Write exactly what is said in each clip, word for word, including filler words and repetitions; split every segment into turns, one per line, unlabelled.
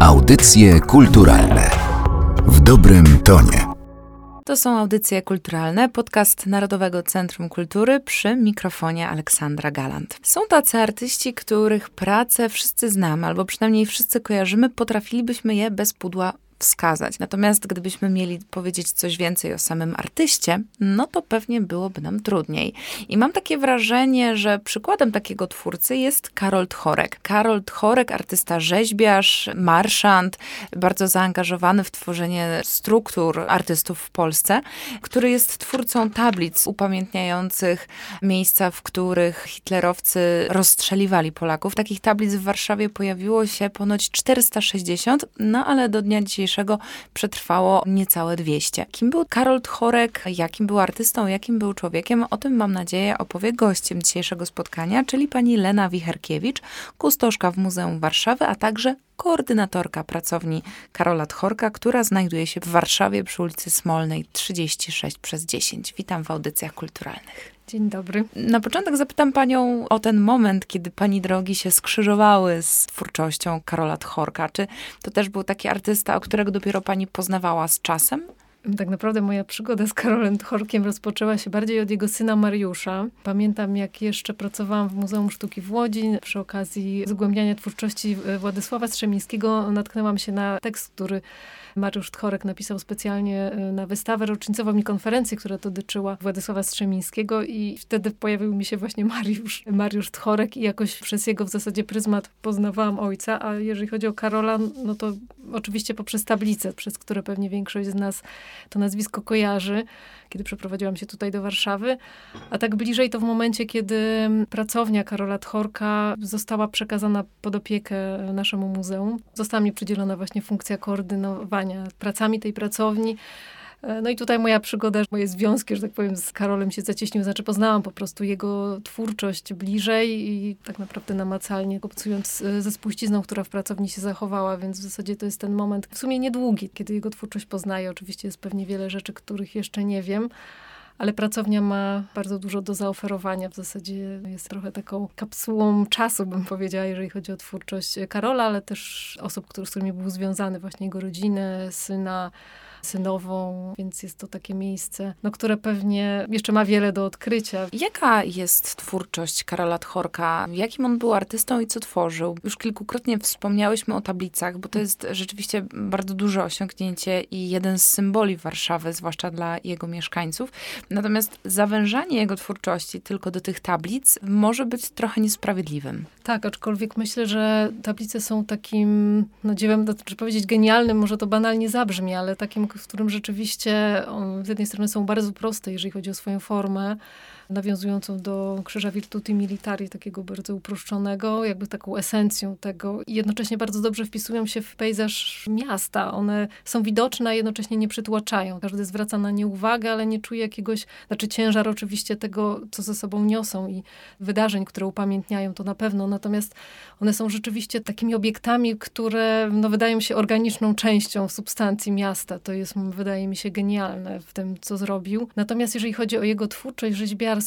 Audycje kulturalne w dobrym tonie.
To są Audycje Kulturalne, podcast Narodowego Centrum Kultury, przy mikrofonie Aleksandra Galant. Są tacy artyści, których pracę wszyscy znamy, albo przynajmniej wszyscy kojarzymy, potrafilibyśmy je bez pudła wskazać. Natomiast gdybyśmy mieli powiedzieć coś więcej o samym artyście, no to pewnie byłoby nam trudniej. I mam takie wrażenie, że przykładem takiego twórcy jest Karol Tchorek. Karol Tchorek, artysta rzeźbiarz, marszant, bardzo zaangażowany w tworzenie struktur artystów w Polsce, który jest twórcą tablic upamiętniających miejsca, w których hitlerowcy rozstrzeliwali Polaków. Takich tablic w Warszawie pojawiło się ponoć czterysta sześćdziesiąt, no ale do dnia dzisiejszego przetrwało niecałe dwieście. Kim był Karol Tchorek, jakim był artystą, jakim był człowiekiem, o tym mam nadzieję opowie gościem dzisiejszego spotkania, czyli pani Lena Wicherkiewicz, kustoszka w Muzeum Warszawy, a także koordynatorka pracowni Karola Tchorka, która znajduje się w Warszawie przy ulicy Smolnej trzydzieści sześć przez dziesięć. Witam w Audycjach Kulturalnych.
Dzień dobry.
Na początek zapytam panią o ten moment, kiedy pani drogi się skrzyżowały z twórczością Karola Tchorka. Czy to też był taki artysta, o którego dopiero pani poznawała z czasem?
Tak naprawdę moja przygoda z Karolem Tchorkiem rozpoczęła się bardziej od jego syna Mariusza. Pamiętam, jak jeszcze pracowałam w Muzeum Sztuki w Łodzi. Przy okazji zgłębiania twórczości Władysława Strzemińskiego natknęłam się na tekst, który Mariusz Tchorek napisał specjalnie na wystawę rocznicową i konferencję, która dotyczyła Władysława Strzemińskiego, i wtedy pojawił mi się właśnie Mariusz, Mariusz Tchorek i jakoś przez jego w zasadzie pryzmat poznawałam ojca, a jeżeli chodzi o Karola, no to oczywiście poprzez tablice, przez które pewnie większość z nas to nazwisko kojarzy, kiedy przeprowadziłam się tutaj do Warszawy, a tak bliżej to w momencie, kiedy pracownia Karola Tchorka została przekazana pod opiekę naszemu muzeum. Została mi przydzielona właśnie funkcja koordynowania pracami tej pracowni. No i tutaj moja przygoda, moje związki, że tak powiem, z Karolem się zacieśniły. Znaczy poznałam po prostu jego twórczość bliżej i tak naprawdę namacalnie, obcując ze spuścizną, która w pracowni się zachowała, więc w zasadzie to jest ten moment w sumie niedługi, kiedy jego twórczość poznaję. Oczywiście jest pewnie wiele rzeczy, których jeszcze nie wiem, ale pracownia ma bardzo dużo do zaoferowania. W zasadzie jest trochę taką kapsułą czasu, bym powiedziała, jeżeli chodzi o twórczość Karola, ale też osób, który, z którymi był związany, właśnie jego rodzinę, syna, synową, więc jest to takie miejsce, no, które pewnie jeszcze ma wiele do odkrycia.
Jaka jest twórczość Karola Tchorka? Jakim on był artystą i co tworzył? Już kilkukrotnie wspomniałyśmy o tablicach, bo to jest rzeczywiście bardzo duże osiągnięcie i jeden z symboli Warszawy, zwłaszcza dla jego mieszkańców. Natomiast zawężanie jego twórczości tylko do tych tablic może być trochę niesprawiedliwym.
Tak, aczkolwiek myślę, że tablice są takim, no dziewem, czy powiedzieć genialnym, może to banalnie zabrzmi, ale takim, w którym rzeczywiście on, z jednej strony są bardzo proste, jeżeli chodzi o swoją formę, nawiązującą do Krzyża Virtuti Militari, takiego bardzo uproszczonego, jakby taką esencją tego. I jednocześnie bardzo dobrze wpisują się w pejzaż miasta. One są widoczne, a jednocześnie nie przytłaczają. Każdy zwraca na nie uwagę, ale nie czuje jakiegoś, znaczy ciężar oczywiście tego, co ze sobą niosą i wydarzeń, które upamiętniają, to na pewno. Natomiast one są rzeczywiście takimi obiektami, które no, wydają się organiczną częścią substancji miasta. To jest, wydaje mi się, genialne w tym, co zrobił. Natomiast jeżeli chodzi o jego twórczość rzeźbiarską,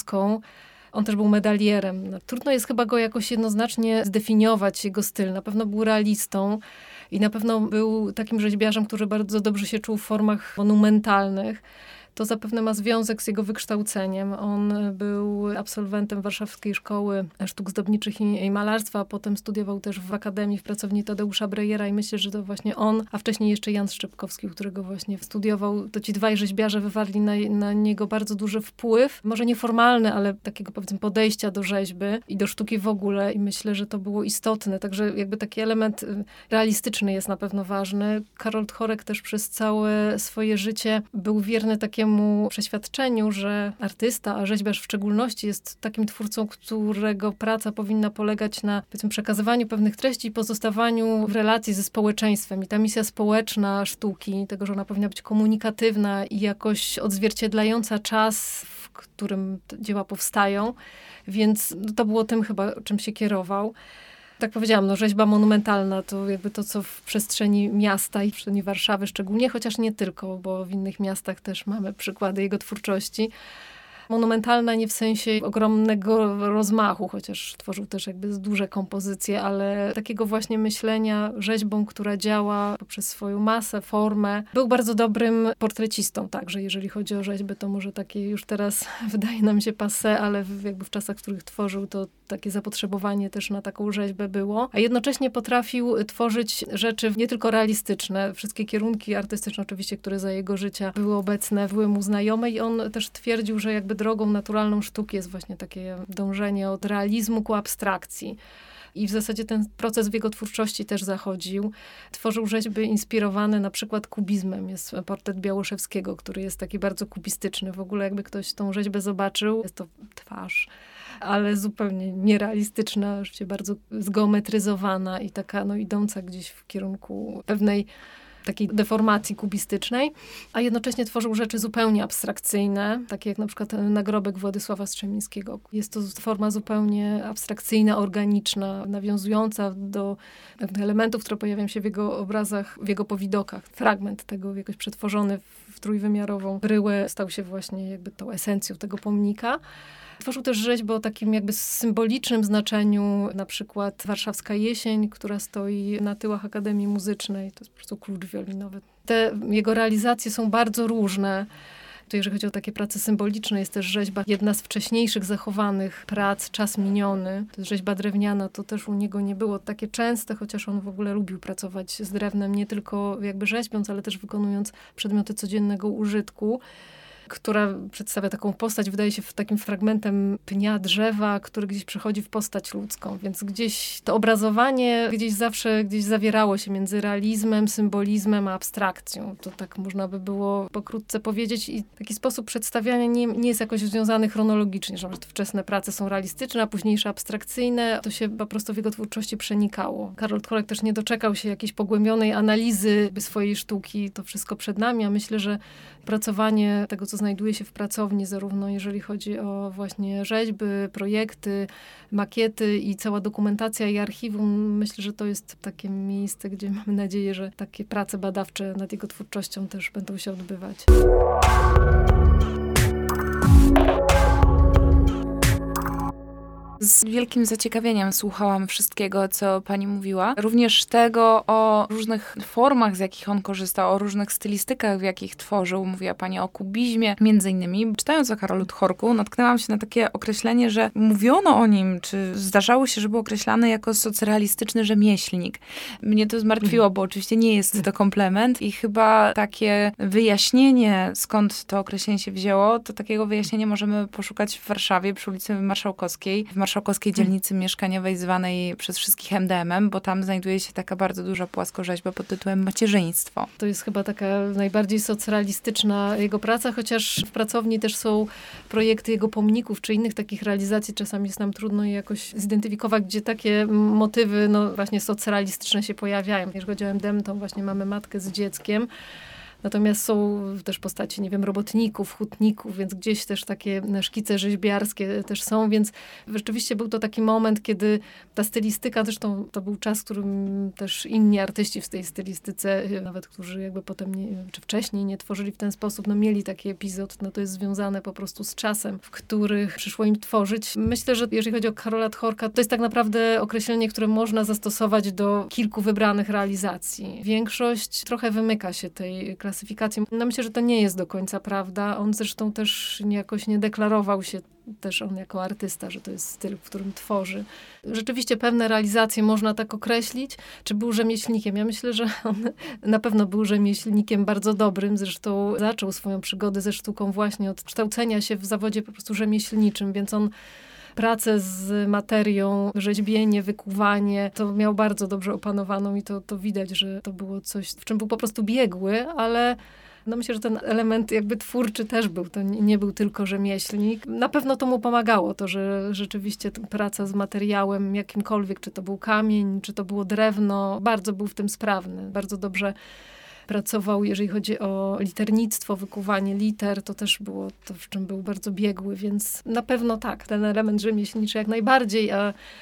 on też był medalierem. Trudno jest chyba go jakoś jednoznacznie zdefiniować, jego styl. Na pewno był realistą i na pewno był takim rzeźbiarzem, który bardzo dobrze się czuł w formach monumentalnych. To zapewne ma związek z jego wykształceniem. On był absolwentem Warszawskiej Szkoły Sztuk Zdobniczych i Malarstwa, a potem studiował też w Akademii w pracowni Tadeusza Brejera i myślę, że to właśnie on, a wcześniej jeszcze Jan Szczepkowski, u którego właśnie studiował, to ci dwaj rzeźbiarze wywarli na, na niego bardzo duży wpływ. Może nieformalny, ale takiego, powiedzmy, podejścia do rzeźby i do sztuki w ogóle i myślę, że to było istotne. Także jakby taki element realistyczny jest na pewno ważny. Karol Tchorek też przez całe swoje życie był wierny takiemu przeświadczeniu, że artysta, a rzeźbiarz w szczególności, jest takim twórcą, którego praca powinna polegać na, powiedzmy, przekazywaniu pewnych treści i pozostawaniu w relacji ze społeczeństwem. I ta misja społeczna sztuki, tego, że ona powinna być komunikatywna i jakoś odzwierciedlająca czas, w którym te dzieła powstają. Więc to było tym chyba, czym się kierował. Tak powiedziałam, no rzeźba monumentalna to jakby to, co w przestrzeni miasta i w przestrzeni Warszawy szczególnie, chociaż nie tylko, bo w innych miastach też mamy przykłady jego twórczości. monumentalna nie w sensie ogromnego rozmachu, chociaż tworzył też jakby duże kompozycje, ale takiego właśnie myślenia rzeźbą, która działa poprzez swoją masę, formę. Był bardzo dobrym portrecistą także, jeżeli chodzi o rzeźbę, to może takie już teraz wydaje nam się passé, ale w, jakby w czasach, w których tworzył, to takie zapotrzebowanie też na taką rzeźbę było. A jednocześnie potrafił tworzyć rzeczy nie tylko realistyczne. Wszystkie kierunki artystyczne oczywiście, które za jego życia były obecne, były mu znajome i on też twierdził, że jakby drogą naturalną sztuki jest właśnie takie dążenie od realizmu ku abstrakcji. I w zasadzie ten proces w jego twórczości też zachodził. Tworzył rzeźby inspirowane na przykład kubizmem. Jest portret Białoszewskiego, który jest taki bardzo kubistyczny. W ogóle jakby ktoś tą rzeźbę zobaczył, jest to twarz, ale zupełnie nierealistyczna, oczywiście bardzo zgeometryzowana i taka no, idąca gdzieś w kierunku pewnej takiej deformacji kubistycznej, a jednocześnie tworzył rzeczy zupełnie abstrakcyjne, takie jak na przykład nagrobek Władysława Strzemińskiego. Jest to forma zupełnie abstrakcyjna, organiczna, nawiązująca do pewnych elementów, które pojawiają się w jego obrazach, w jego powidokach. Fragment tego jakoś przetworzony w trójwymiarową bryłę stał się właśnie jakby tą esencją tego pomnika. Tworzył też rzeźbę o takim jakby symbolicznym znaczeniu, na przykład Warszawska Jesień, która stoi na tyłach Akademii Muzycznej. To jest po prostu klucz wiolinowy. Te jego realizacje są bardzo różne. To jeżeli chodzi o takie prace symboliczne, jest też rzeźba, jedna z wcześniejszych zachowanych prac, Czas miniony. To jest rzeźba drewniana, to też u niego nie było takie częste, chociaż on w ogóle lubił pracować z drewnem, nie tylko jakby rzeźbiąc, ale też wykonując przedmioty codziennego użytku, która przedstawia taką postać, wydaje się takim fragmentem pnia drzewa, który gdzieś przechodzi w postać ludzką. Więc gdzieś to obrazowanie gdzieś zawsze gdzieś zawierało się między realizmem, symbolizmem a abstrakcją. To tak można by było pokrótce powiedzieć. I taki sposób przedstawiania nie, nie jest jakoś związany chronologicznie, że wczesne prace są realistyczne, a późniejsze abstrakcyjne. To się po prostu w jego twórczości przenikało. Karol Tchorek też nie doczekał się jakiejś pogłębionej analizy swojej sztuki. To wszystko przed nami, a myślę, że pracowanie tego, co znajduje się w pracowni, zarówno jeżeli chodzi o właśnie rzeźby, projekty, makiety i cała dokumentacja i archiwum. Myślę, że to jest takie miejsce, gdzie mamy nadzieję, że takie prace badawcze nad jego twórczością też będą się odbywać.
Z wielkim zaciekawieniem słuchałam wszystkiego, co pani mówiła. Również tego o różnych formach, z jakich on korzystał, o różnych stylistykach, w jakich tworzył. Mówiła pani o kubizmie. Między innymi, czytając o Karolu Tchorku, natknęłam się na takie określenie, że mówiono o nim, czy zdarzało się, że był określany jako socrealistyczny rzemieślnik. Mnie to zmartwiło, bo oczywiście nie jest to komplement i chyba takie wyjaśnienie, skąd to określenie się wzięło, to takiego wyjaśnienia możemy poszukać w Warszawie, przy ulicy Marszałkowskiej, w marszałkowskiej dzielnicy mieszkaniowej zwanej przez wszystkich em de emem, bo tam znajduje się taka bardzo duża płaskorzeźba pod tytułem Macierzyństwo.
To jest chyba taka najbardziej socrealistyczna jego praca, chociaż w pracowni też są projekty jego pomników, czy innych takich realizacji. Czasami jest nam trudno je jakoś zidentyfikować, gdzie takie motywy no właśnie socrealistyczne się pojawiają. Jeżeli chodzi o em de em, to właśnie mamy matkę z dzieckiem. Natomiast są też postaci, nie wiem, robotników, hutników, więc gdzieś też takie szkice rzeźbiarskie też są, więc rzeczywiście był to taki moment, kiedy ta stylistyka, zresztą to był czas, w którym też inni artyści w tej stylistyce, nawet którzy jakby potem, nie, czy wcześniej nie tworzyli w ten sposób, no mieli taki epizod, no to jest związane po prostu z czasem, w których przyszło im tworzyć. Myślę, że jeżeli chodzi o Karola Tchorka, to jest tak naprawdę określenie, które można zastosować do kilku wybranych realizacji. Większość trochę wymyka się tej klasyfikacji. No myślę, że to nie jest do końca prawda. On zresztą też jakoś nie deklarował się też on jako artysta, że to jest styl, w którym tworzy. Rzeczywiście pewne realizacje można tak określić. Czy był rzemieślnikiem? Ja myślę, że on na pewno był rzemieślnikiem bardzo dobrym. Zresztą zaczął swoją przygodę ze sztuką właśnie od kształcenia się w zawodzie po prostu rzemieślniczym, więc on pracę z materią, rzeźbienie, wykuwanie, to miał bardzo dobrze opanowaną i to, to widać, że to było coś, w czym był po prostu biegły, ale no myślę, że ten element jakby twórczy też był. To nie, nie był tylko rzemieślnik. Na pewno to mu pomagało, to, że rzeczywiście praca z materiałem jakimkolwiek, czy to był kamień, czy to było drewno, bardzo był w tym sprawny. Bardzo dobrze pracował, jeżeli chodzi o liternictwo, wykuwanie liter, to też było to, w czym był bardzo biegły, więc na pewno tak, ten element rzemieślniczy jak najbardziej, a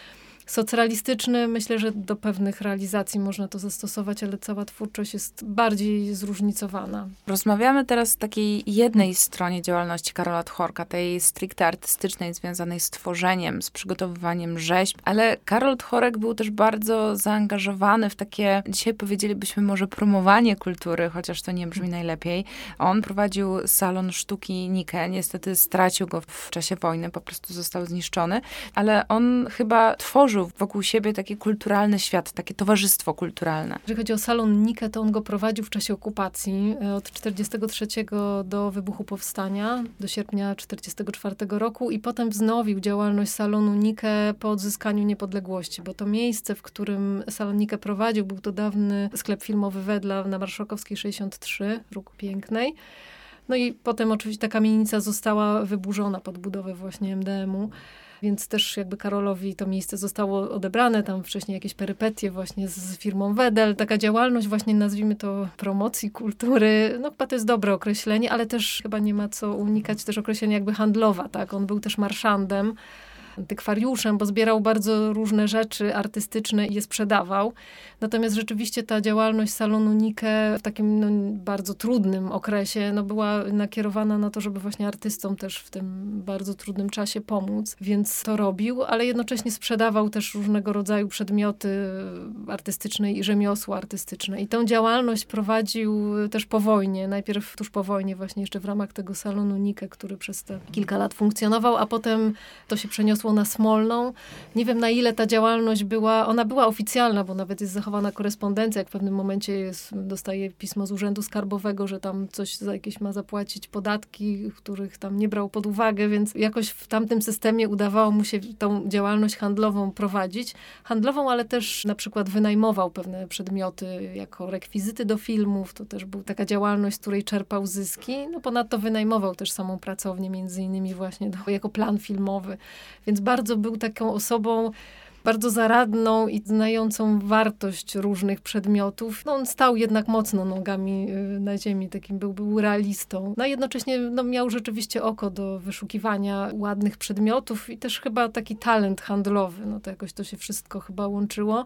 Socrealistyczny, myślę, że do pewnych realizacji można to zastosować, ale cała twórczość jest bardziej zróżnicowana.
Rozmawiamy teraz o takiej jednej stronie działalności Karola Tchorka, tej stricte artystycznej, związanej z tworzeniem, z przygotowywaniem rzeźb, ale Karol Tchorek był też bardzo zaangażowany w takie, dzisiaj powiedzielibyśmy może promowanie kultury, chociaż to nie brzmi najlepiej. On prowadził salon sztuki Nike, niestety stracił go w czasie wojny, po prostu został zniszczony, ale on chyba tworzył wokół siebie taki kulturalny świat, takie towarzystwo kulturalne.
Jeżeli chodzi o salon Nike, to on go prowadził w czasie okupacji od czterdziestego trzeciego do wybuchu powstania, do sierpnia czterdziestego czwartego roku i potem wznowił działalność salonu Nike po odzyskaniu niepodległości, bo to miejsce, w którym salon Nike prowadził, był to dawny sklep filmowy Wedla na Marszałkowskiej sześćdziesiąt trzy, Róg Pięknej. No i potem oczywiście ta kamienica została wyburzona pod budowę właśnie em de emu. Więc też jakby Karolowi to miejsce zostało odebrane, tam wcześniej jakieś perypetie właśnie z firmą Wedel. Taka działalność właśnie, nazwijmy to, promocji kultury, no chyba to jest dobre określenie, ale też chyba nie ma co unikać też określenia jakby handlowa, tak? On był też marszandem, antykwariuszem, bo zbierał bardzo różne rzeczy artystyczne i je sprzedawał. Natomiast rzeczywiście ta działalność salonu Nike w takim no, bardzo trudnym okresie no, była nakierowana na to, żeby właśnie artystom też w tym bardzo trudnym czasie pomóc. Więc to robił, ale jednocześnie sprzedawał też różnego rodzaju przedmioty artystyczne i rzemiosło artystyczne. I tę działalność prowadził też po wojnie. Najpierw tuż po wojnie właśnie jeszcze w ramach tego salonu Nike, który przez te kilka lat funkcjonował, a potem to się przeniosło na Smolną. Nie wiem, na ile ta działalność była, ona była oficjalna, bo nawet jest zachowana korespondencja, jak w pewnym momencie jest, dostaje pismo z Urzędu Skarbowego, że tam coś za jakieś ma zapłacić podatki, których tam nie brał pod uwagę, więc jakoś w tamtym systemie udawało mu się tą działalność handlową prowadzić. Handlową, ale też na przykład wynajmował pewne przedmioty jako rekwizyty do filmów. To też była taka działalność, z której czerpał zyski. No ponadto wynajmował też samą pracownię, między innymi właśnie do, jako plan filmowy. Więc bardzo był taką osobą bardzo zaradną i znającą wartość różnych przedmiotów. No on stał jednak mocno nogami na ziemi, takim był, był realistą. No a jednocześnie no, miał rzeczywiście oko do wyszukiwania ładnych przedmiotów i też chyba taki talent handlowy. No to jakoś to się wszystko chyba łączyło.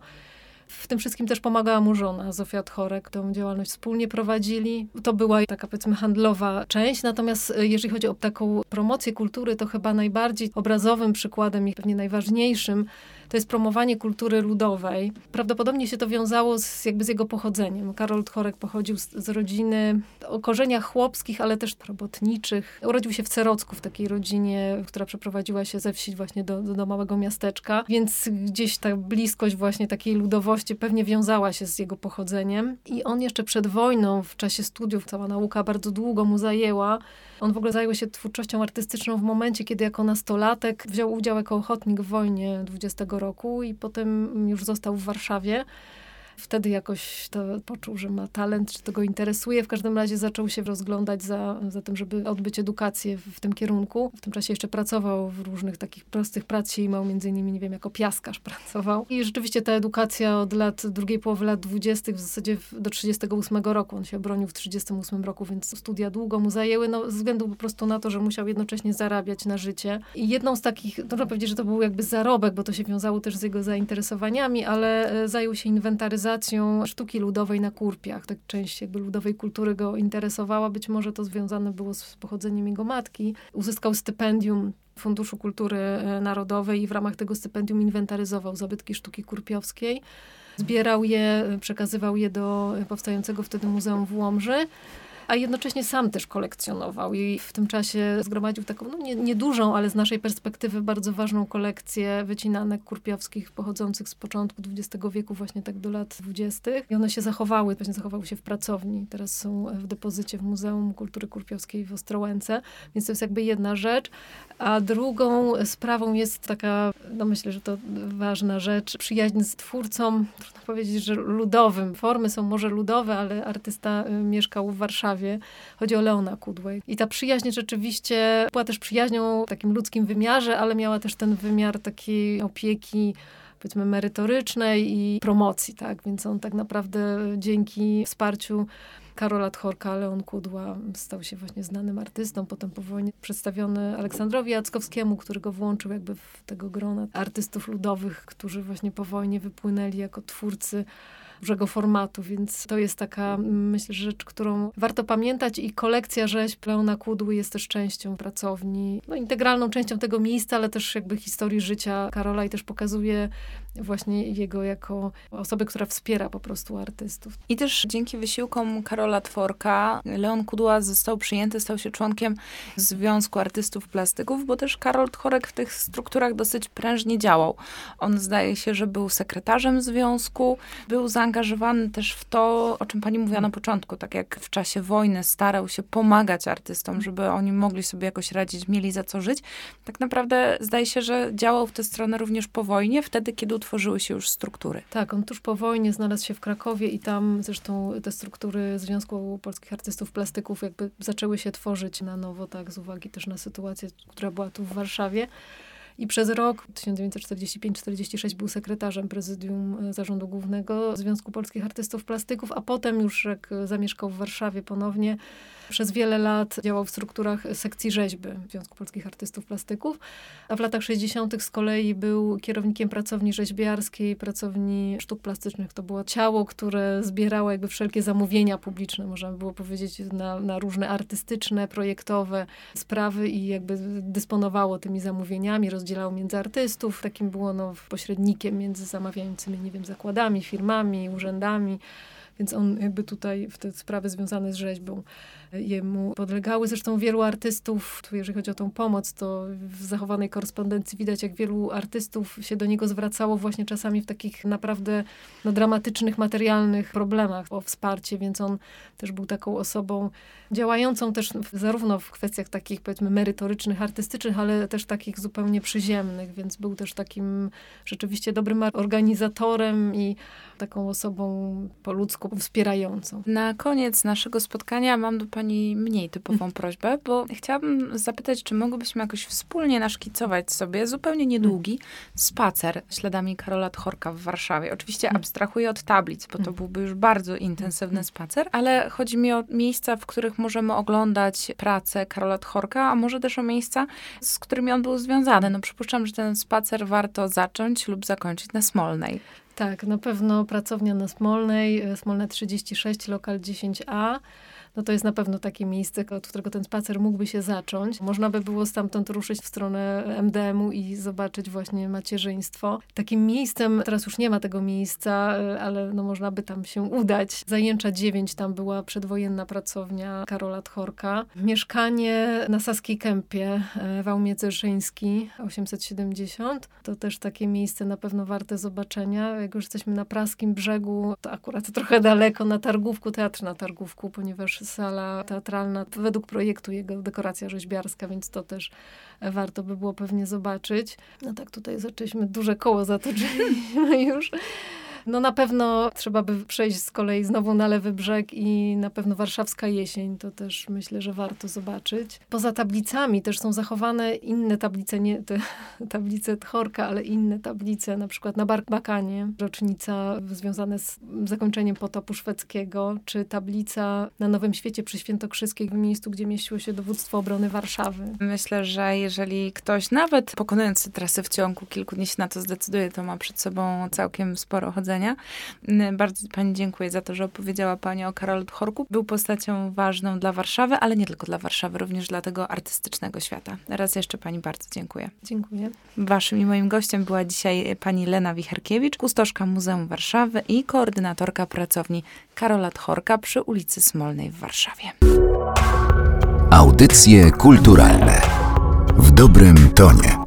W tym wszystkim też pomagała mu żona, Zofia Tchorek. Tą działalność wspólnie prowadzili. To była taka, powiedzmy, handlowa część. Natomiast jeżeli chodzi o taką promocję kultury, to chyba najbardziej obrazowym przykładem i pewnie najważniejszym to jest promowanie kultury ludowej. Prawdopodobnie się to wiązało z, jakby z jego pochodzeniem. Karol Tchorek pochodził z, z rodziny o korzeniach chłopskich, ale też robotniczych. Urodził się w Cerocku, w takiej rodzinie, która przeprowadziła się ze wsi właśnie do, do, do małego miasteczka. Więc gdzieś ta bliskość właśnie takiej ludowości pewnie wiązała się z jego pochodzeniem. I on jeszcze przed wojną, w czasie studiów, cała nauka bardzo długo mu zajęła. On w ogóle zajął się twórczością artystyczną w momencie, kiedy jako nastolatek wziął udział jako ochotnik w wojnie dwudziestego roku i potem już został w Warszawie. Wtedy jakoś to poczuł, że ma talent, że to go interesuje. W każdym razie zaczął się rozglądać za, za tym, żeby odbyć edukację w, w tym kierunku. W tym czasie jeszcze pracował w różnych takich prostych prac, siejmał, między innymi, nie wiem, jako piaskarz pracował. I rzeczywiście ta edukacja od lat, drugiej połowy lat dwudziestych w zasadzie do trzydziestego ósmego roku. On się obronił w trzydziestym ósmym roku, więc studia długo mu zajęły, no, ze względu po prostu na to, że musiał jednocześnie zarabiać na życie. I jedną z takich, można powiedzieć, że to był jakby zarobek, bo to się wiązało też z jego zainteresowaniami, ale zajął się inwentaryzacją sztuki ludowej na Kurpiach. Tak część jakby ludowej kultury go interesowała. Być może to związane było z pochodzeniem jego matki. Uzyskał stypendium Funduszu Kultury Narodowej i w ramach tego stypendium inwentaryzował zabytki sztuki kurpiowskiej. Zbierał je, przekazywał je do powstającego wtedy Muzeum w Łomży. A jednocześnie sam też kolekcjonował i w tym czasie zgromadził taką, no nie, niedużą, ale z naszej perspektywy bardzo ważną kolekcję wycinanek kurpiowskich pochodzących z początku dwudziestego wieku, właśnie tak do lat dwudziestych. I one się zachowały, właśnie zachowały się w pracowni. Teraz są w depozycie w Muzeum Kultury Kurpiowskiej w Ostrołęce, więc to jest jakby jedna rzecz. A drugą sprawą jest taka, no myślę, że to ważna rzecz, przyjaźń z twórcą, trudno powiedzieć, że ludowym. Formy są może ludowe, ale artysta mieszkał w Warszawie. Chodzi o Leona Kudłę. I ta przyjaźń rzeczywiście była też przyjaźnią w takim ludzkim wymiarze, ale miała też ten wymiar takiej opieki, powiedzmy merytorycznej i promocji, tak? Więc on tak naprawdę dzięki wsparciu Karola Tchorka, Leon Kudła stał się właśnie znanym artystą. Potem po wojnie przedstawiony Aleksandrowi Jackowskiemu, który go włączył jakby w tego grona artystów ludowych, którzy właśnie po wojnie wypłynęli jako twórcy dużego formatu, więc to jest taka, myślę, rzecz, którą warto pamiętać i kolekcja rzeźb Leona Kudły jest też częścią pracowni, no integralną częścią tego miejsca, ale też jakby historii życia Karola i też pokazuje właśnie jego jako osobę, która wspiera po prostu artystów.
I też dzięki wysiłkom Karola Tchorka Leon Kudła został przyjęty, stał się członkiem Związku Artystów Plastyków, bo też Karol Tchorek w tych strukturach dosyć prężnie działał. On zdaje się, że był sekretarzem związku, był zaangażowany też w to, o czym pani mówiła na początku, tak jak w czasie wojny starał się pomagać artystom, żeby oni mogli sobie jakoś radzić, mieli za co żyć. Tak naprawdę zdaje się, że działał w tę stronę również po wojnie, wtedy, kiedy utworzyły się już struktury.
Tak, on tuż po wojnie znalazł się w Krakowie i tam zresztą te struktury Związku Polskich Artystów Plastyków jakby zaczęły się tworzyć na nowo, tak, z uwagi też na sytuację, która była tu w Warszawie. I przez rok, tysiąc dziewięćset czterdziesty piąty czterdziesty szósty, był sekretarzem prezydium Zarządu Głównego Związku Polskich Artystów Plastyków, a potem już jak zamieszkał w Warszawie ponownie, przez wiele lat działał w strukturach sekcji rzeźby Związku Polskich Artystów Plastyków, a w latach sześćdziesiątych z kolei był kierownikiem pracowni rzeźbiarskiej, pracowni sztuk plastycznych. To było ciało, które zbierało jakby wszelkie zamówienia publiczne, można by było powiedzieć, na, na różne artystyczne, projektowe sprawy i jakby dysponowało tymi zamówieniami, rozdzielało między artystów. Takim było no, pośrednikiem między zamawiającymi, nie wiem, zakładami, firmami, urzędami. Więc on jakby tutaj w te sprawy związane z rzeźbą jemu podlegały. Zresztą wielu artystów, jeżeli chodzi o tą pomoc, to w zachowanej korespondencji widać, jak wielu artystów się do niego zwracało właśnie czasami w takich naprawdę no, dramatycznych, materialnych problemach o wsparcie, więc on też był taką osobą działającą też zarówno w kwestiach takich, powiedzmy, merytorycznych, artystycznych, ale też takich zupełnie przyziemnych, więc był też takim rzeczywiście dobrym organizatorem i taką osobą po ludzku wspierającą.
Na koniec naszego spotkania mam do pani mniej typową prośbę, bo chciałabym zapytać, czy mogłybyśmy jakoś wspólnie naszkicować sobie zupełnie niedługi spacer śladami Karola Tchorka w Warszawie. Oczywiście abstrahuję od tablic, bo to byłby już bardzo intensywny spacer, ale chodzi mi o miejsca, w których możemy oglądać pracę Karola Tchorka, a może też o miejsca, z którymi on był związany. No przypuszczam, że ten spacer warto zacząć lub zakończyć na Smolnej.
Tak, na pewno pracownia na Smolnej, Smolna trzydzieści sześć, lokal dziesięć A. No to jest na pewno takie miejsce, od którego ten spacer mógłby się zacząć. Można by było stamtąd ruszyć w stronę em de emu i zobaczyć właśnie macierzyństwo. Takim miejscem, teraz już nie ma tego miejsca, ale no można by tam się udać. Zajęcza dziewięć, tam była przedwojenna pracownia Karola Tchorka. Mieszkanie na Saskiej Kępie, wał Międzyszyński, osiemset siedemdziesiąt. To też takie miejsce na pewno warte zobaczenia. Jak już jesteśmy na Praskim Brzegu, to akurat trochę daleko, na Targówku, teatr na Targówku, ponieważ sala teatralna, według projektu jego dekoracja rzeźbiarska, więc to też warto by było pewnie zobaczyć. No tak, tutaj zaczęliśmy duże koło zatoczyliśmy już. No na pewno trzeba by przejść z kolei znowu na Lewy Brzeg i na pewno Warszawska Jesień, to też myślę, że warto zobaczyć. Poza tablicami też są zachowane inne tablice, nie te tablice Tchorka, ale inne tablice, na przykład na Barbakanie, rocznica związana z zakończeniem potopu szwedzkiego, czy tablica na Nowym Świecie przy Świętokrzyskiej, w miejscu, gdzie mieściło się dowództwo obrony Warszawy.
Myślę, że jeżeli ktoś nawet pokonując trasy w ciągu kilku dni się na to zdecyduje, to ma przed sobą całkiem sporo chodzenia. Bardzo pani dziękuję za to, że opowiedziała pani o Karolu Tchorku. Był postacią ważną dla Warszawy, ale nie tylko dla Warszawy, również dla tego artystycznego świata. Raz jeszcze pani bardzo dziękuję.
Dziękuję.
Waszym i moim gościem była dzisiaj pani Lena Wicherkiewicz, kustoszka Muzeum Warszawy i koordynatorka pracowni Karola Tchorka przy ulicy Smolnej w Warszawie.
Audycje kulturalne w dobrym tonie.